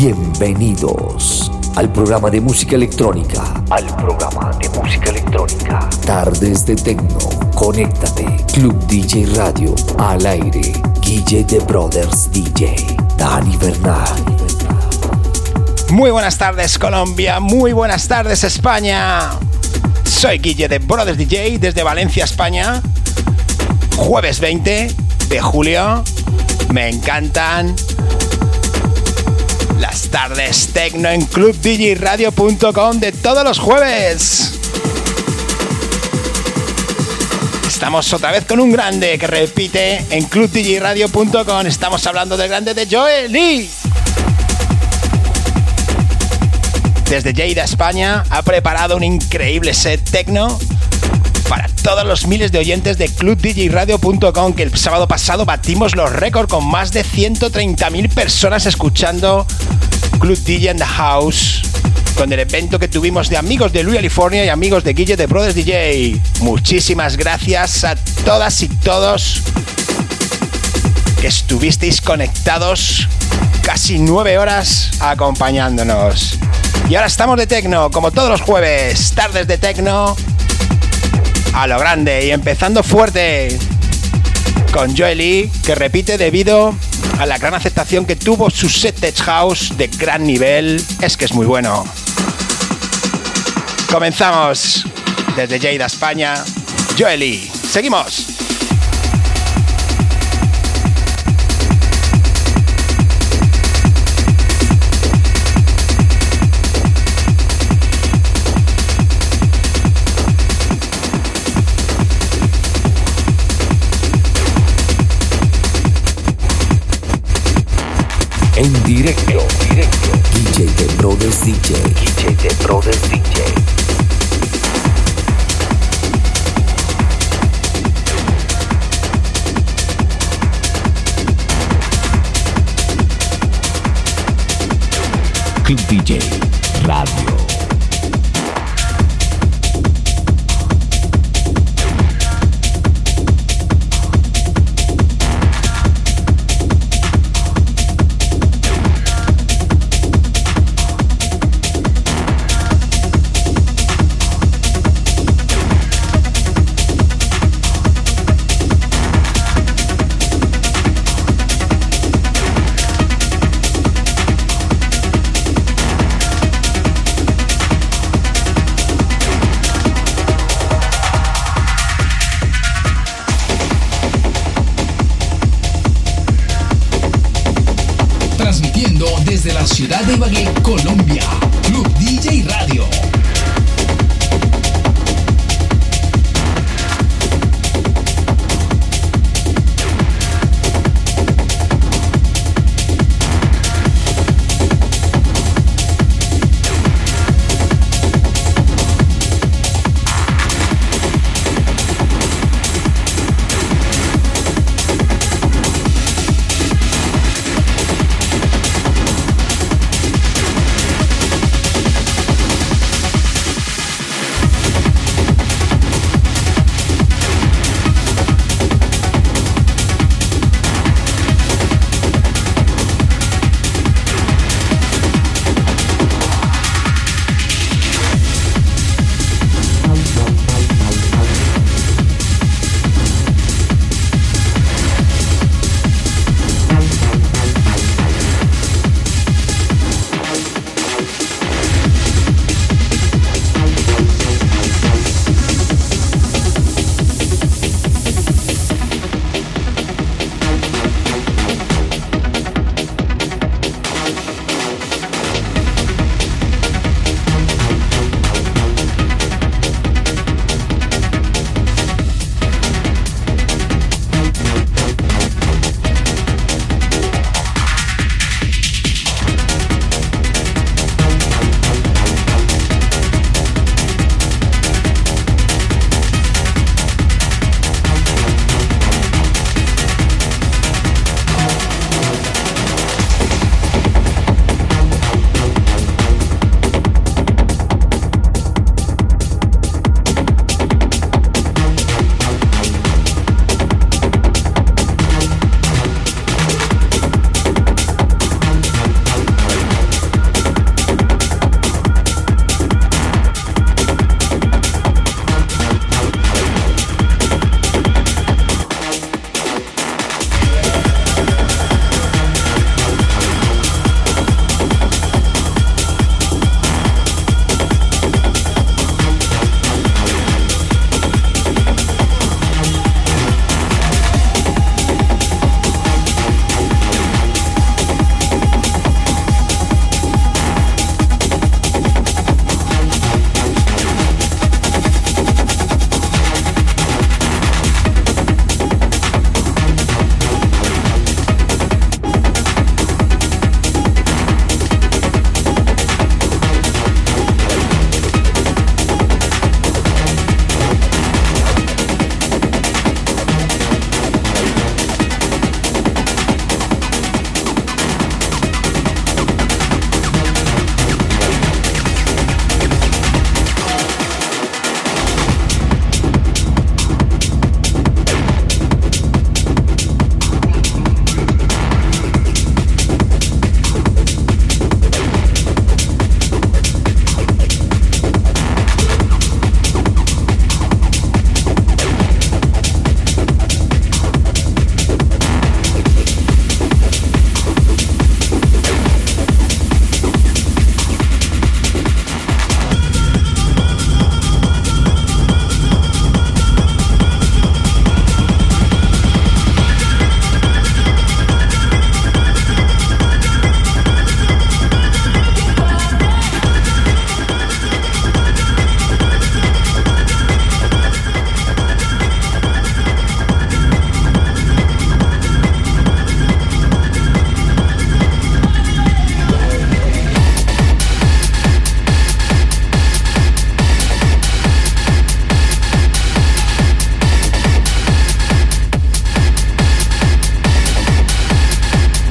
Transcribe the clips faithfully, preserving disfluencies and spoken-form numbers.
Bienvenidos al programa de música electrónica. Al programa de música electrónica. Tardes de Tecno. Conéctate. Club D J Radio. Al aire. Guille The Brothers D J. Dani Bernal. Muy buenas tardes, Colombia. Muy buenas tardes, España. Soy Guille The Brothers D J desde Valencia, España. Jueves veinte de julio. Me encantan las tardes tecno en club d j radio punto com de todos los jueves. Estamos otra vez con un grande que repite en club d j radio punto com. Estamos hablando del grande de Joe Lee. Desde Lleida, España, ha preparado un increíble set tecno para todos los miles de oyentes de club d j radio punto com, que el sábado pasado batimos los récords con más de ciento treinta mil personas escuchando Club D J in the House, con el evento que tuvimos de amigos de Louis, California y amigos de Guille The Brothers D J. Muchísimas gracias a todas y todos que estuvisteis conectados casi nueve horas acompañándonos. Y ahora estamos de tecno, como todos los jueves, tardes de tecno a lo grande y empezando fuerte con Joe Lee, que repite debido a la gran aceptación que tuvo su set Tech House de gran nivel. Es que es muy bueno. Comenzamos desde Lleida, España. Joe Lee. Seguimos. En directo, en directo, Guille The Brothers D J, Guille The Brothers D J. Club D J Radio. Desde la ciudad de Ibagué, Colombia, Club D J Radio.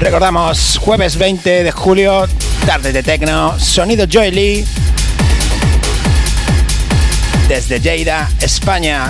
Recordamos, jueves veinte de julio, tarde de Tecno, sonido Joy Lee, desde Lleida, España.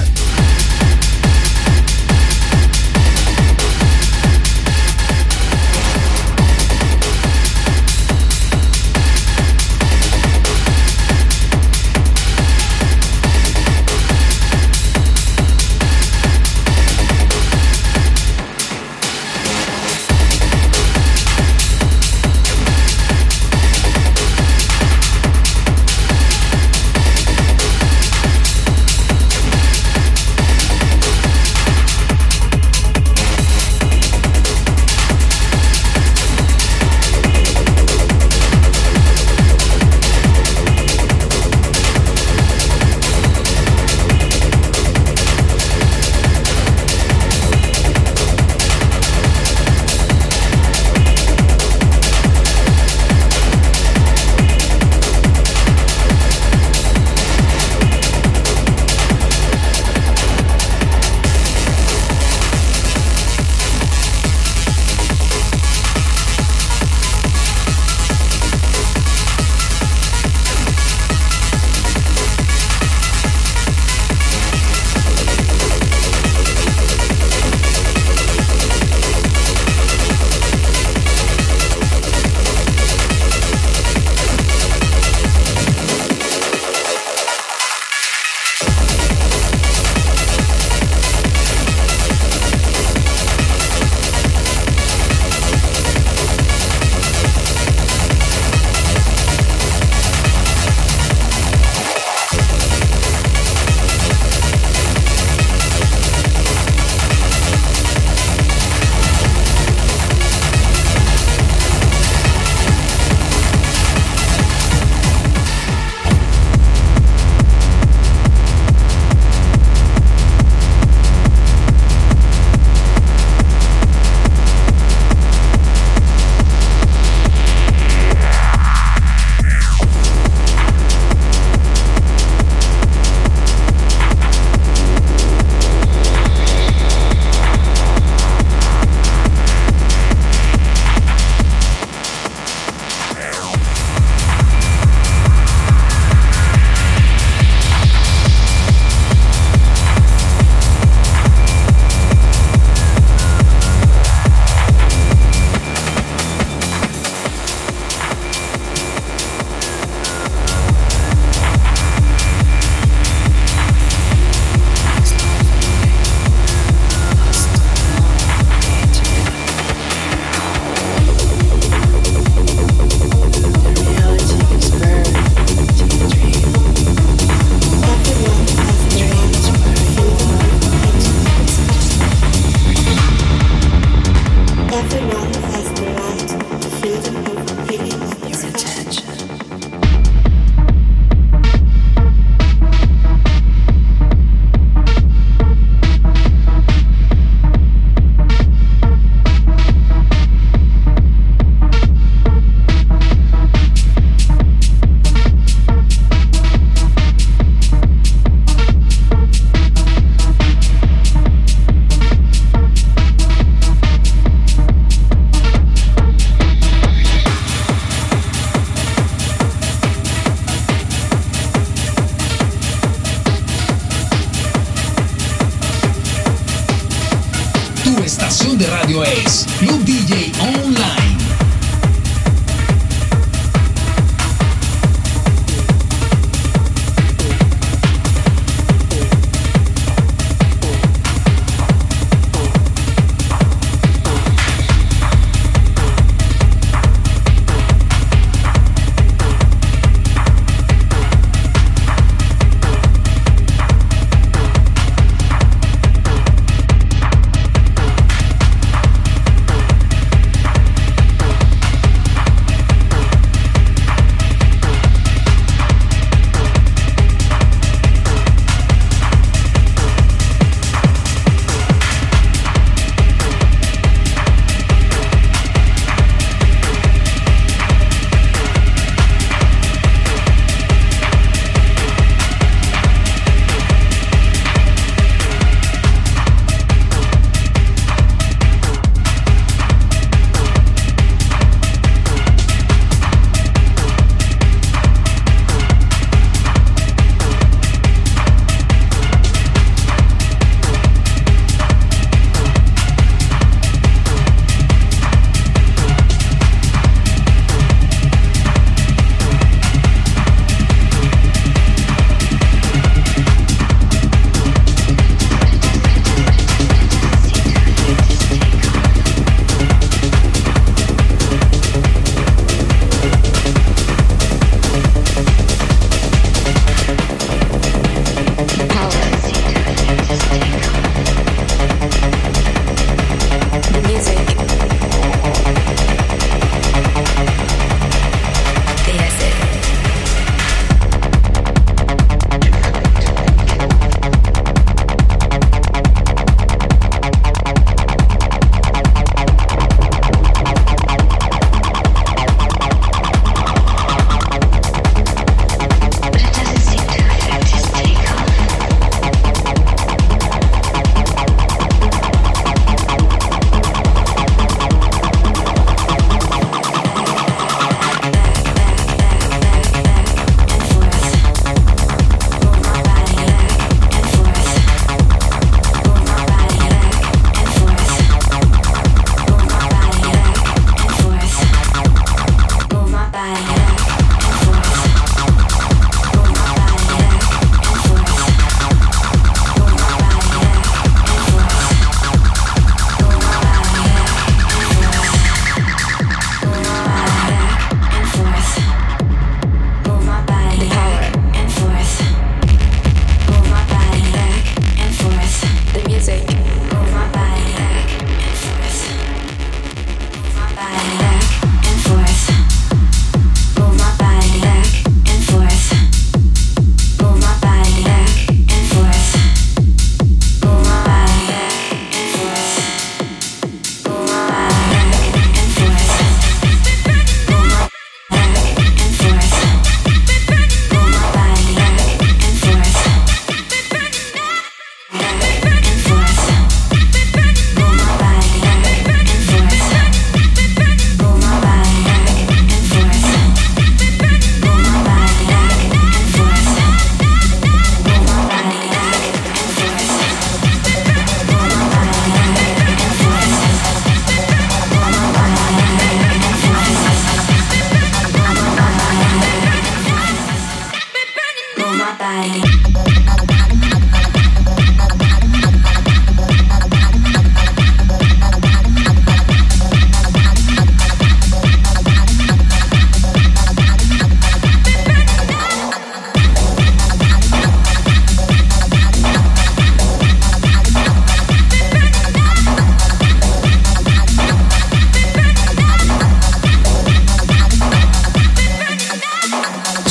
estación de radio es Club D J Online.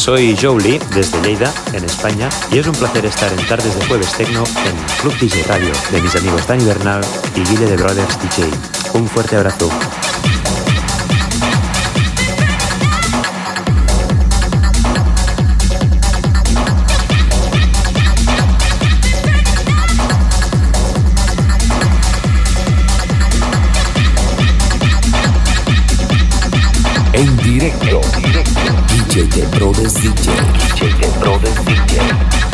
Soy Joe Lee desde Lleida, en España, y es un placer estar en Tardes de Jueves Tecno en Club D J Radio de mis amigos Dani Bernal y Guille de Brothers D J. Un fuerte abrazo. En directo, D J de Brothers D J, D J de Brothers D J.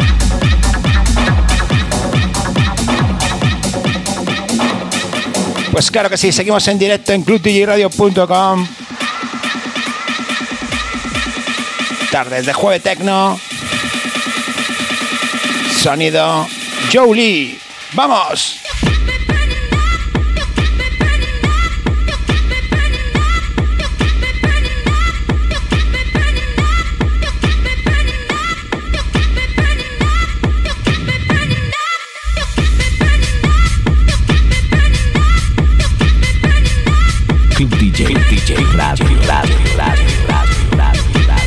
Pues claro que sí, seguimos en directo en club d j radio punto com. Tardes de Jueves Tecno. Sonido Joe Lee. ¡Vamos! Club D J, D J Radio, Radio, Radio, Radio, Radio, Radio.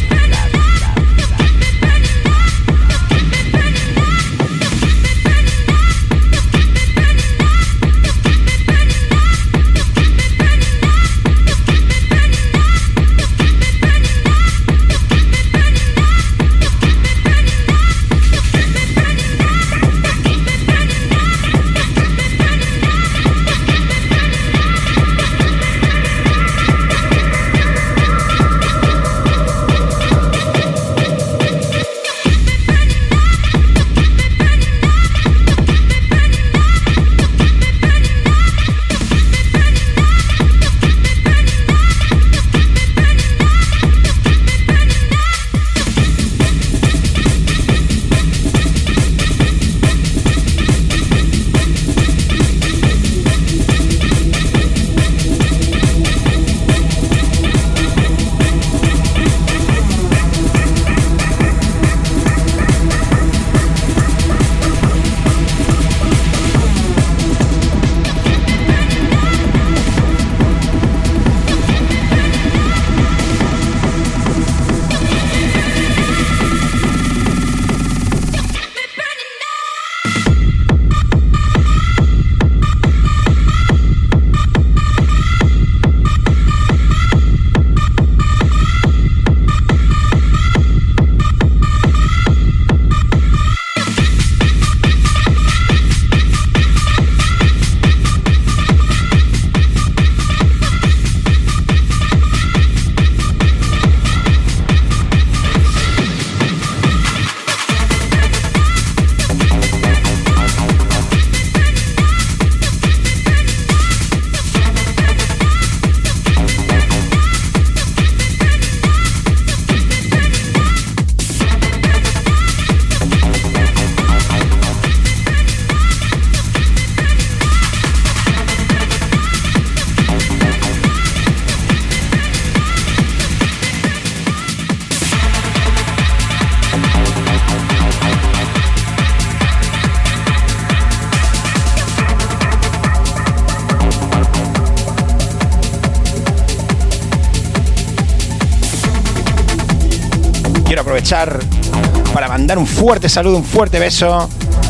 Aprovechar para mandar un fuerte saludo, un fuerte beso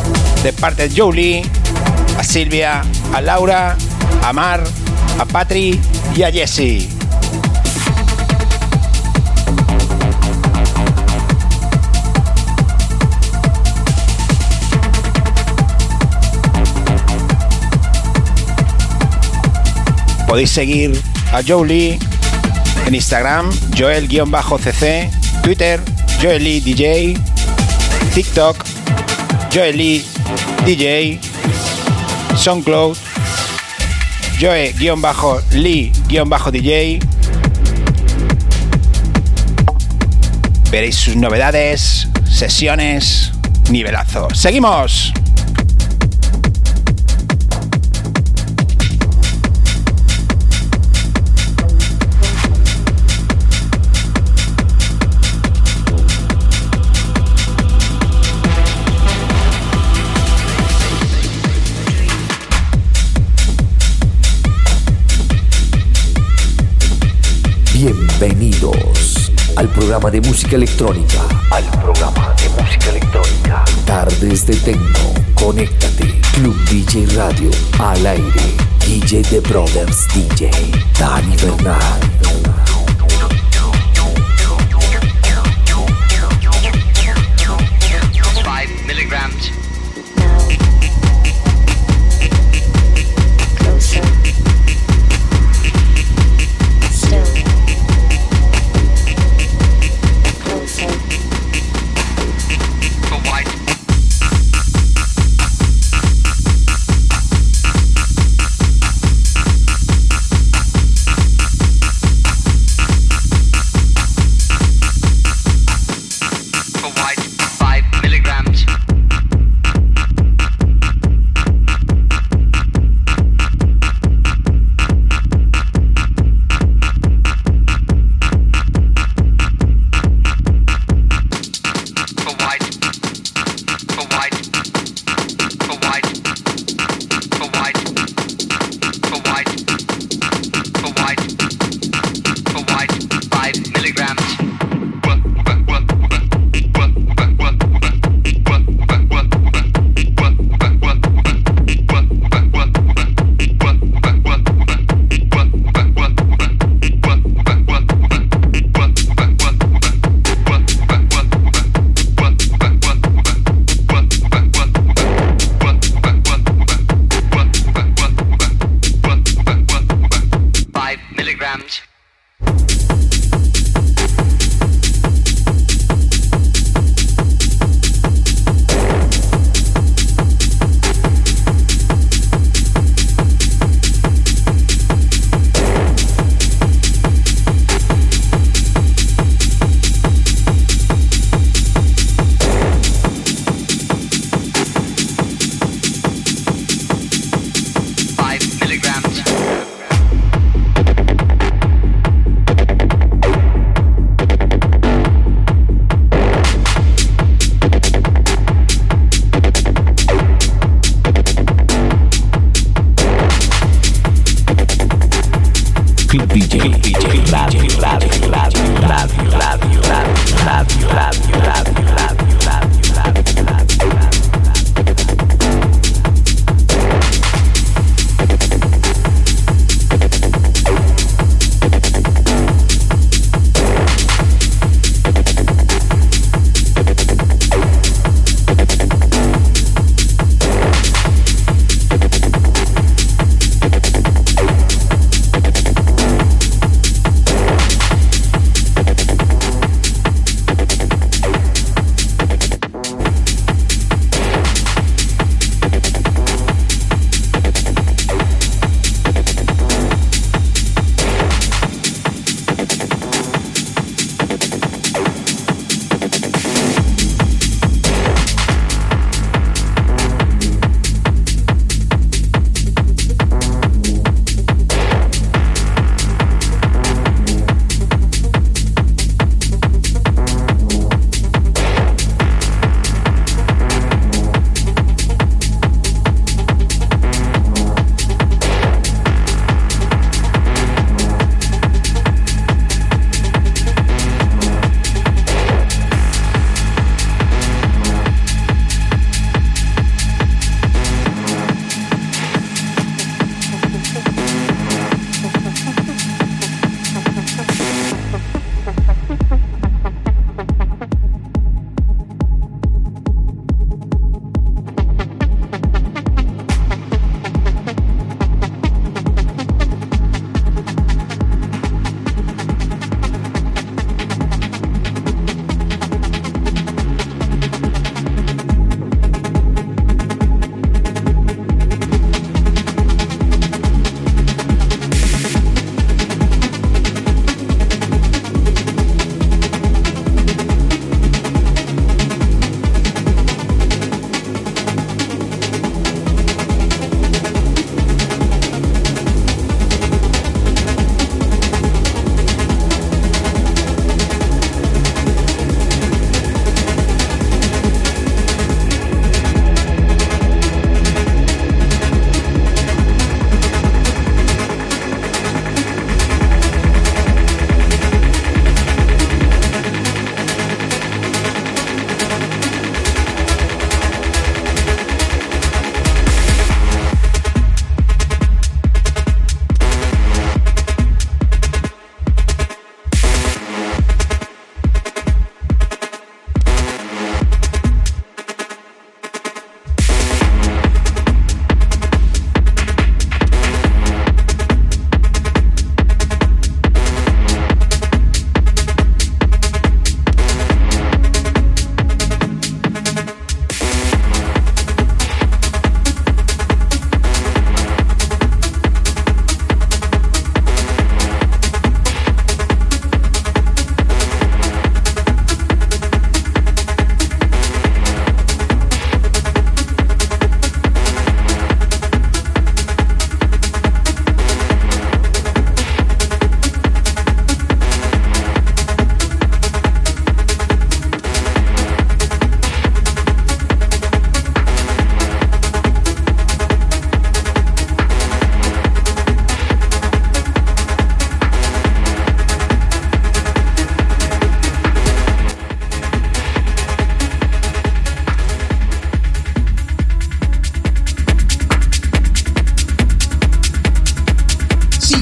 de parte de Joe Lee a Silvia, a Laura, a Mar, a Patri y a Jessie. Podéis seguir a Joe Lee en Instagram, Joel-C C, Twitter, Joe Lee D J, TikTok, Joe Lee D J, SoundCloud, Joe-Lee-D J. Veréis sus novedades, sesiones, nivelazo. ¡Seguimos! Bienvenidos al programa de música electrónica, al programa de música electrónica. Tardes de Tecno, conéctate. Club D J Radio, al aire. Guille The Brothers D J, Dani Bernal. Five milligrams.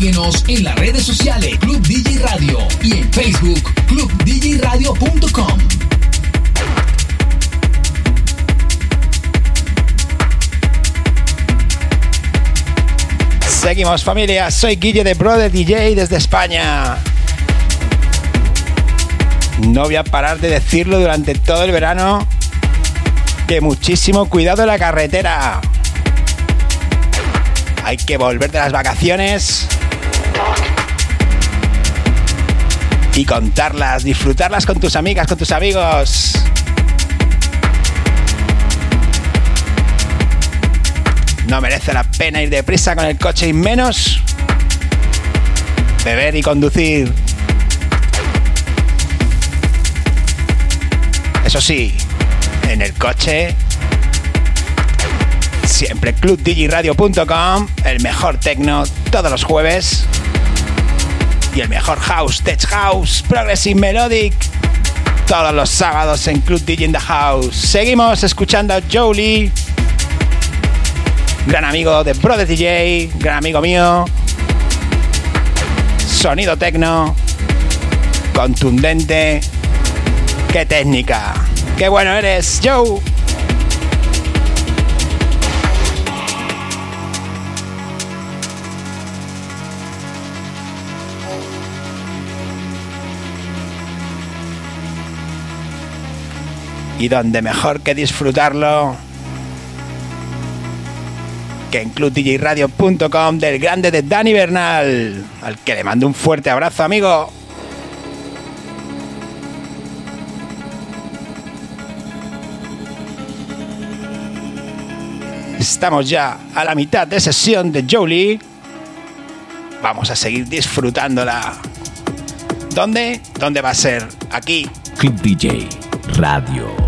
Síguenos en las redes sociales Club D J Radio y en Facebook club d j radio punto com. Seguimos, familia, soy Guille de Brother D J desde España. No voy a parar de decirlo durante todo el verano, que muchísimo cuidado en la carretera. Hay que volver de las vacaciones y contarlas, disfrutarlas con tus amigas, con tus amigos. No merece la pena ir deprisa con el coche y menos beber y conducir. Eso sí, en el coche siempre club d j radio punto com, el mejor techno todos los jueves y el mejor house, tech house, progressive melodic todos los sábados en Club D J in the House. Seguimos escuchando a Jolie, gran amigo de Brother D J, gran amigo mío. Sonido techno, contundente. ¡Qué técnica! ¡Qué bueno eres, Joe! Y donde mejor que disfrutarlo que en club d j radio punto com del grande de Dani Bernal, al que le mando un fuerte abrazo, amigo. Estamos ya a la mitad de sesión de Jolie. Vamos a seguir disfrutándola. ¿Dónde? ¿Dónde va a ser? Aquí. Club D J Radio.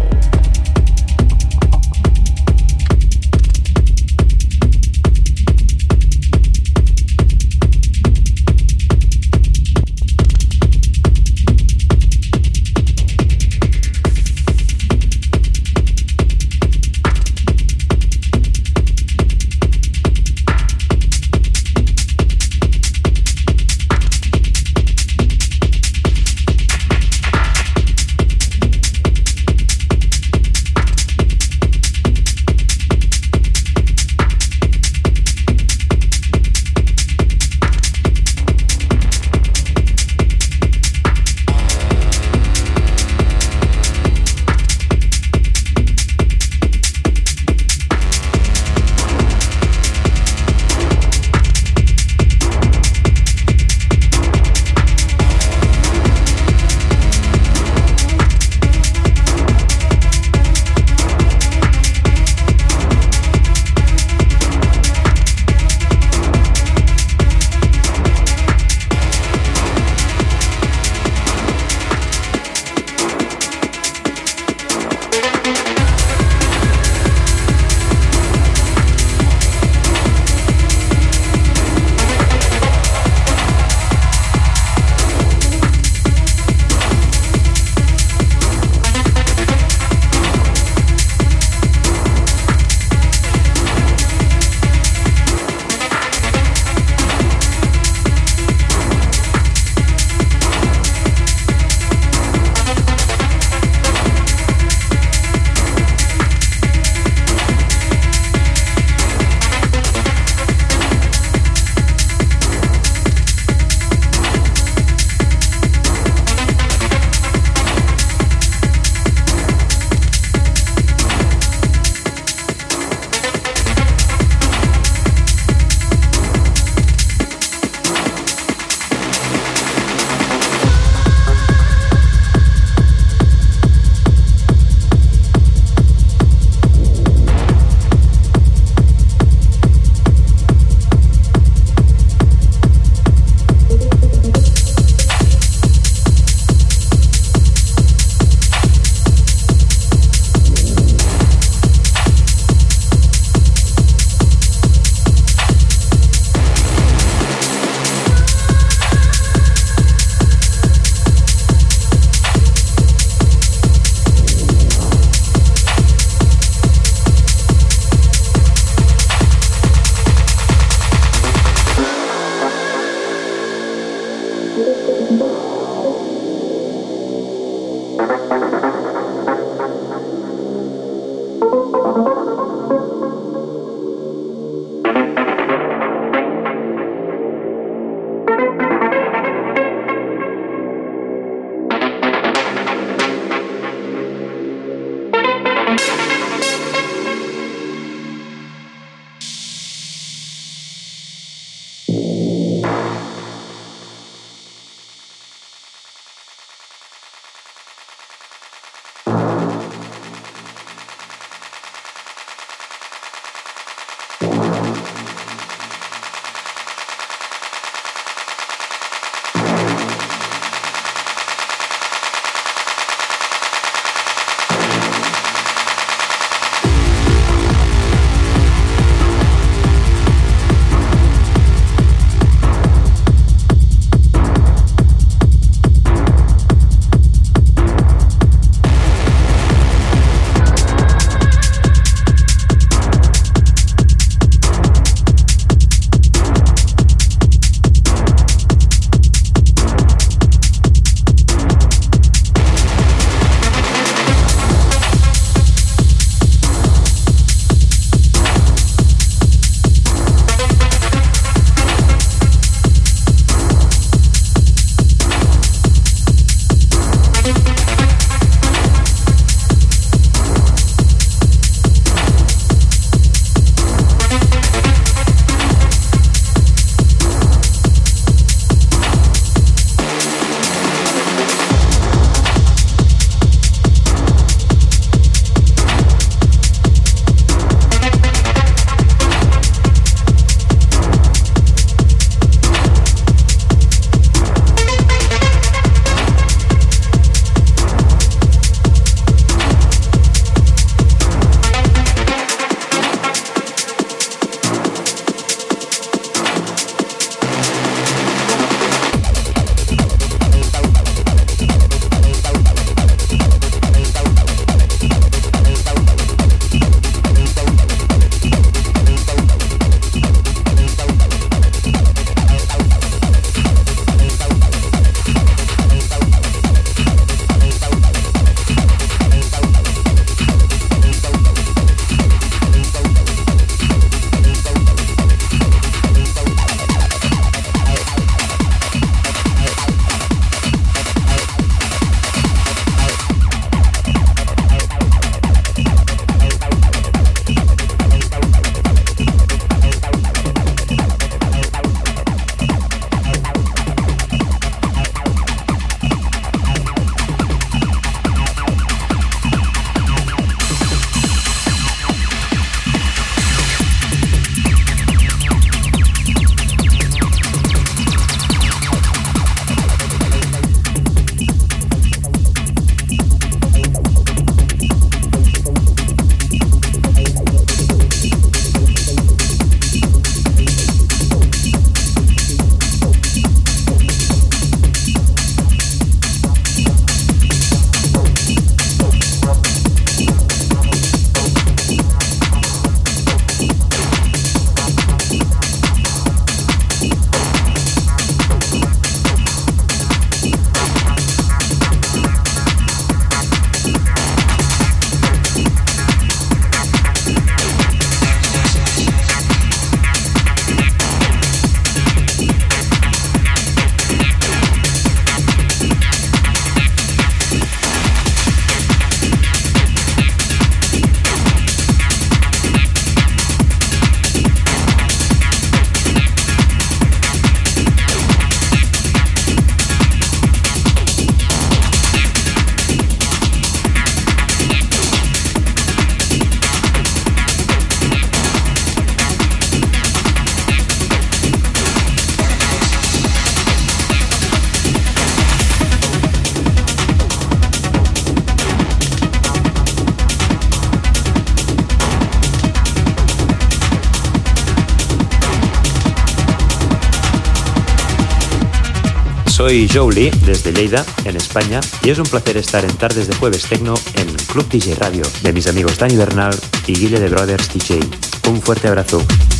Soy Joe Lee desde Lleida, en España, y es un placer estar en Tardes de Jueves Tecno en Club D J Radio, de mis amigos Dani Bernal y Guille de Brothers D J. Un fuerte abrazo.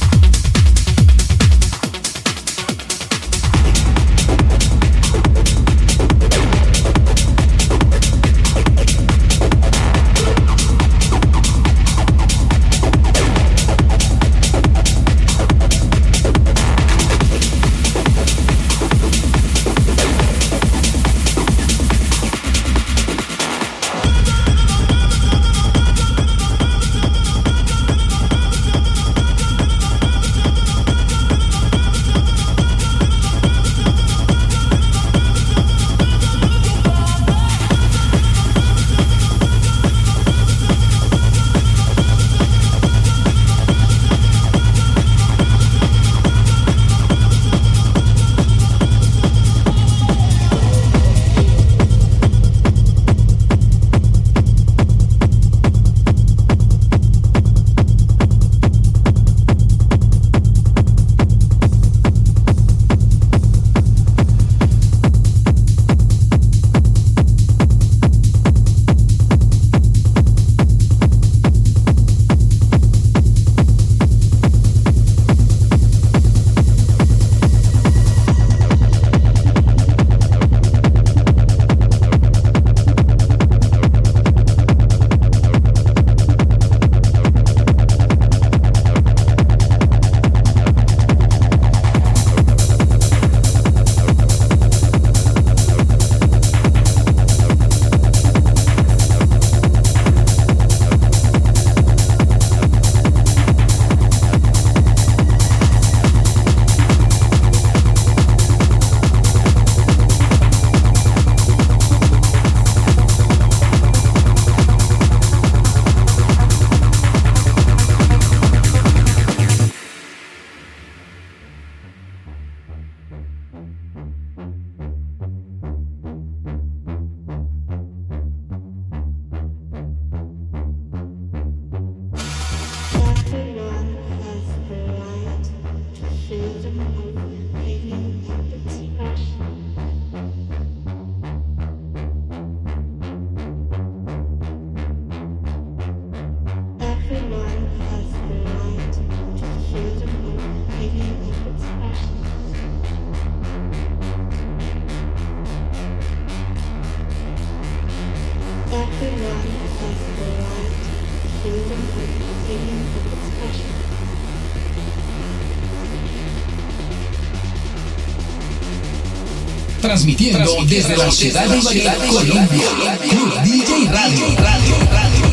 Transmitiendo, Transmitiendo desde la ciudad de Ibagué, Colombia, Club D J Radio, Radio, Radio.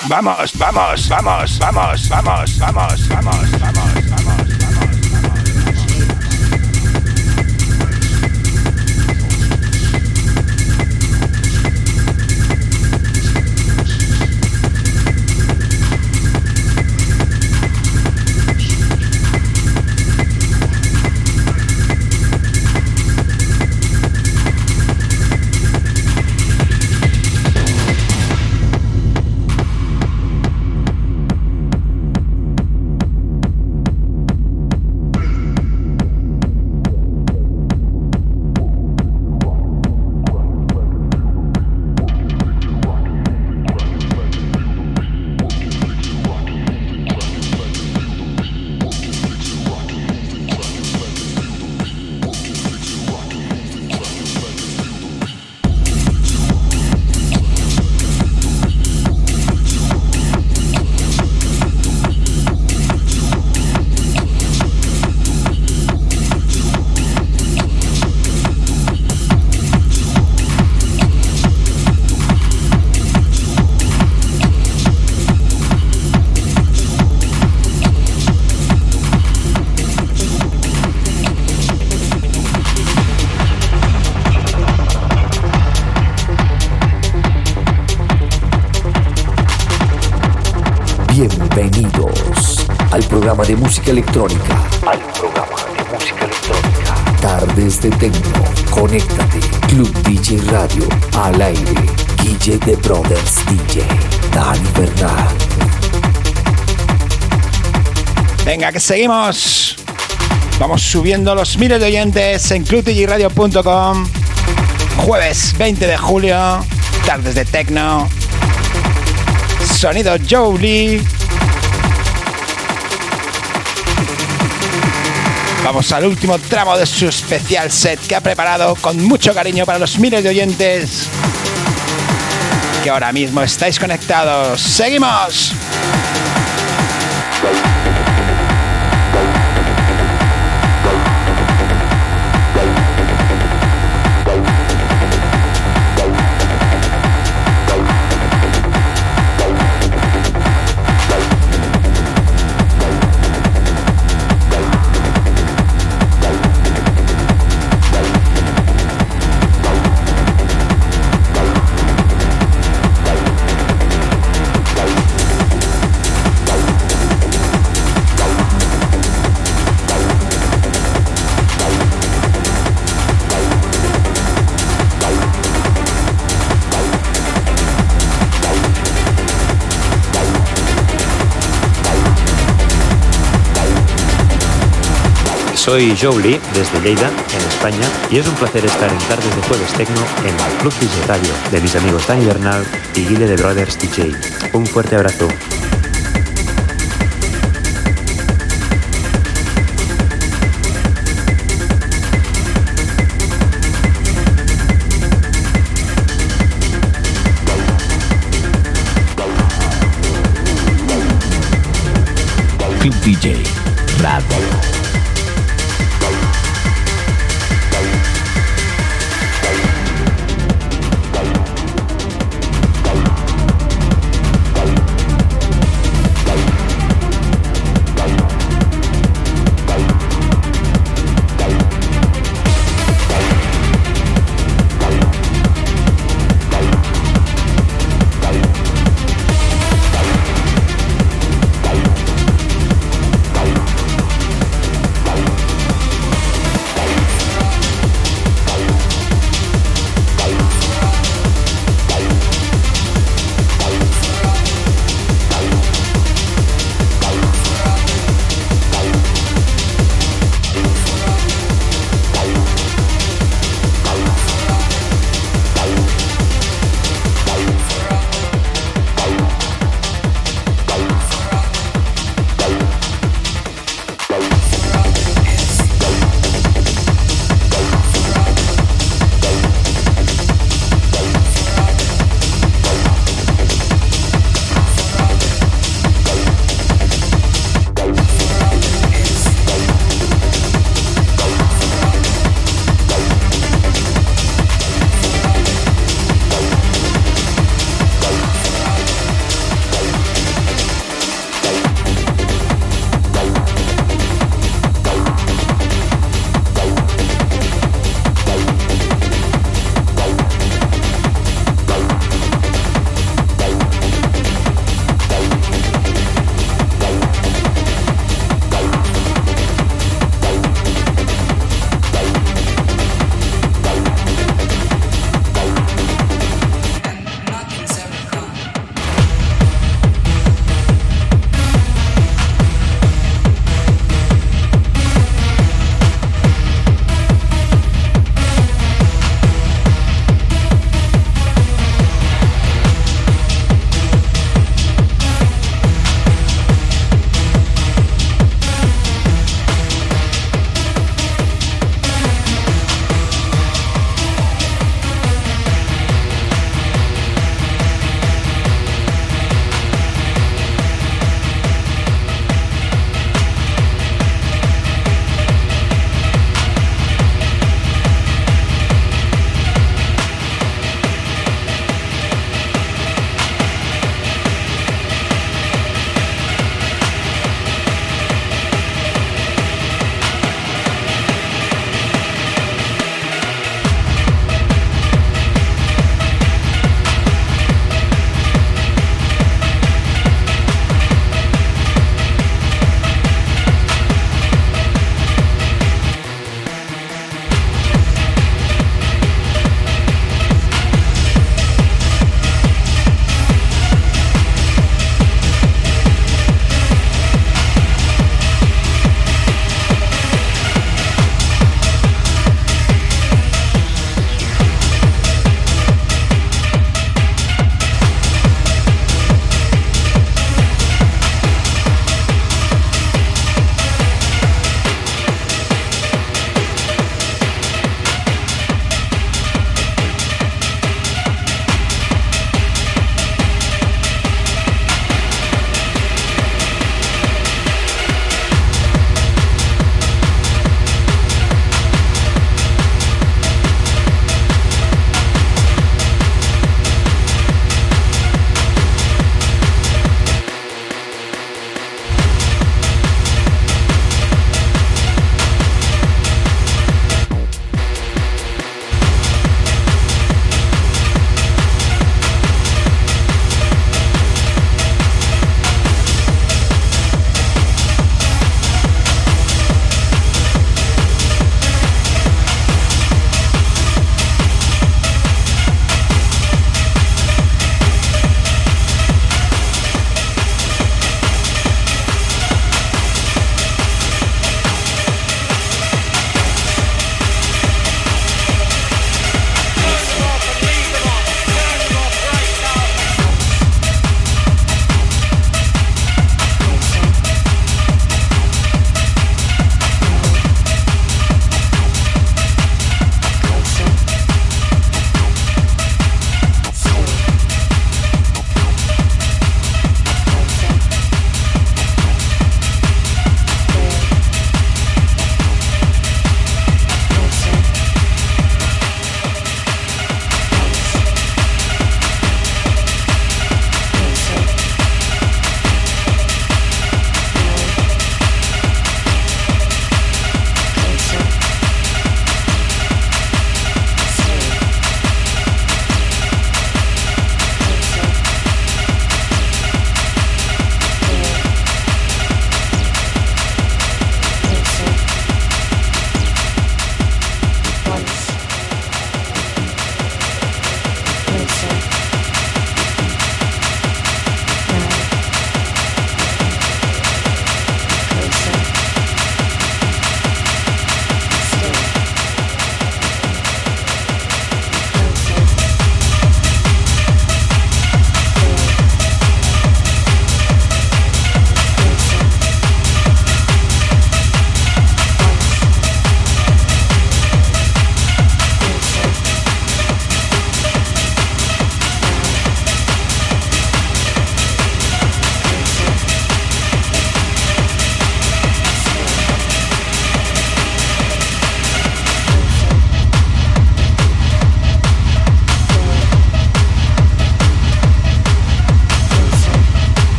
Vamos, vamos, vamos, vamos, vamos, vamos, vamos, vamos, vamos. Bienvenidos al programa de música electrónica, al programa de música electrónica, Tardes de Tecno, conéctate, Club D J Radio, al aire, Guille de Brothers D J, Dani Bernal. Venga, que seguimos. Vamos subiendo los miles de oyentes en club d j radio punto com. Jueves veinte de julio, Tardes de Tecno. Sonido Joe Lee. Vamos al último tramo de su especial set que ha preparado con mucho cariño para los miles de oyentes que ahora mismo estáis conectados. ¡Seguimos! Soy Joe Lee desde Lleida, en España, y es un placer estar en Tardes de Jueves Tecno en el Club D J Radio de mis amigos Dani Bernal y Guille de Brothers D J. Un fuerte abrazo. Club D J Radio.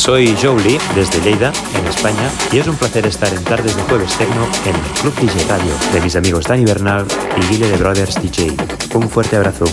Soy Joe Lee desde Lleida, en España, y es un placer estar en Tardes de Jueves Tecno en el Club D J Radio de mis amigos Dani Bernal y Guille de Brothers D J. Un fuerte abrazo.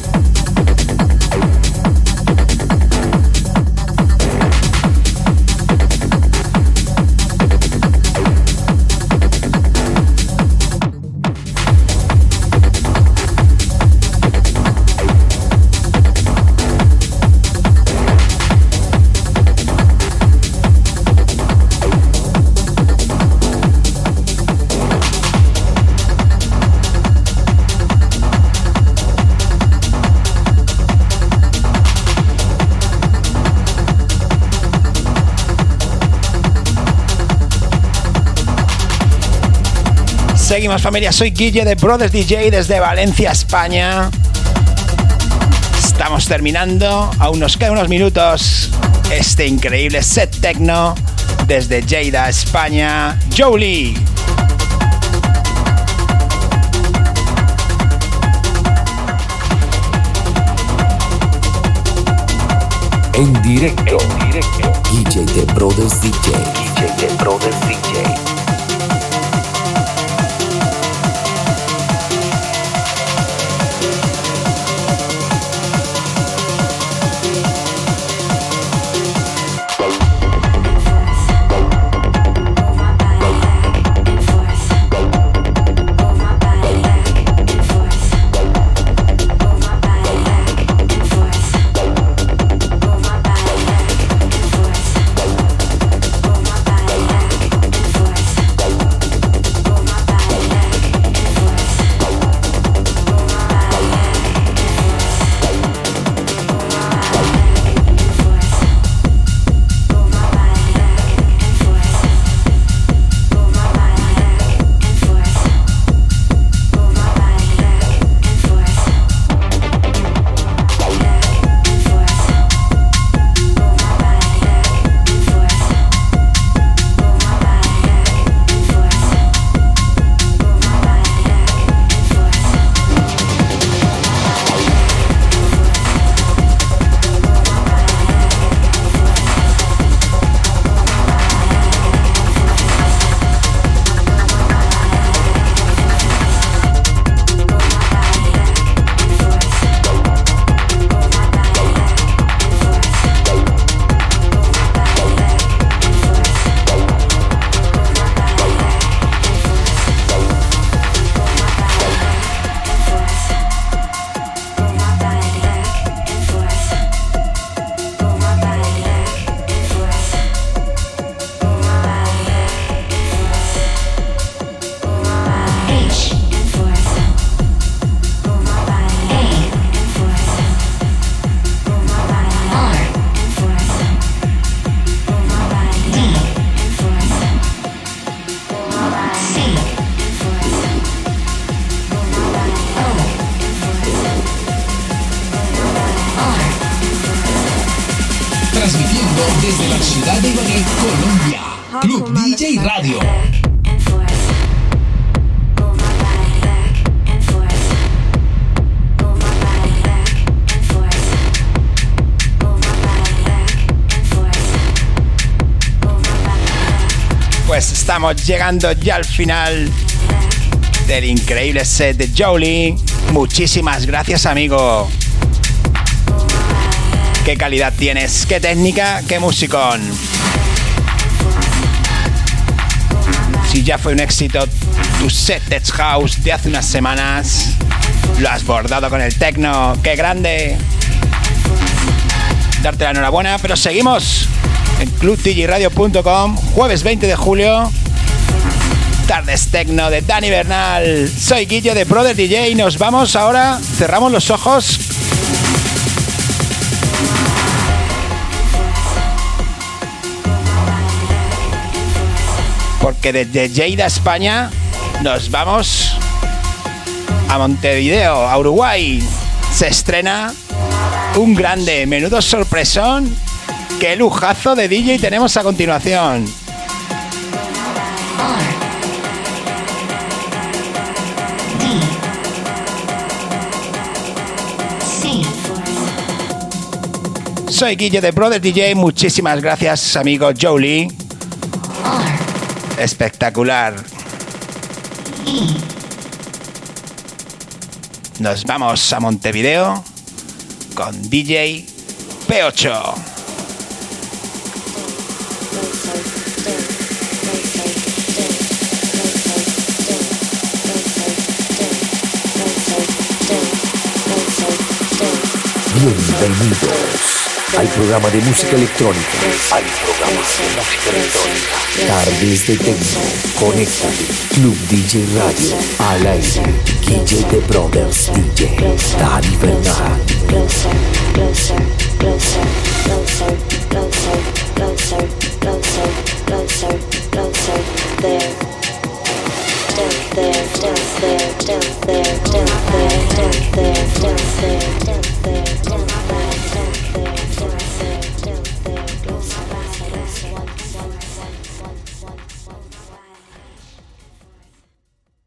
Seguimos, familia, soy Guille de Brothers D J desde Valencia, España. Estamos terminando, aún nos quedan unos minutos, este increíble set techno desde Lleida, España. Jolie. En directo, en directo, D J de Brothers D J, D J de Brothers D J. Transmitiendo desde la ciudad de Ibagué, Colombia. Club D J Radio. Pues estamos llegando ya al final del increíble set de Jolie. Muchísimas gracias, amigo. Qué calidad tienes, qué técnica, qué musicón. Si ya fue un éxito tu set Tech House de hace unas semanas, lo has bordado con el techno. ¡Qué grande! Darte la enhorabuena, pero seguimos en club d j radio punto com, jueves veinte de julio, Tardes Tecno de Dani Bernal. Soy Guille de Brother D J y nos vamos ahora, cerramos los ojos. Porque desde Lleida, España, nos vamos a Montevideo, a Uruguay. Se estrena un grande, menudo sorpresón. ¡Qué lujazo de D J tenemos a continuación! Soy Guille de Brothers D J. Muchísimas gracias, amigo Jolie. Espectacular. Nos vamos a Montevideo con D J P ocho. Bienvenidos al programa de música electrónica, al programa de música electrónica, Tardes de Tecno, conéctate, Club D J Radio, al aire, Guille de Brothers D J, Dani Bernal. Closer, closer, closer, closer, closer, closer, closer, closer, closer, there. Still there, still there, still there, still there, still there, still there.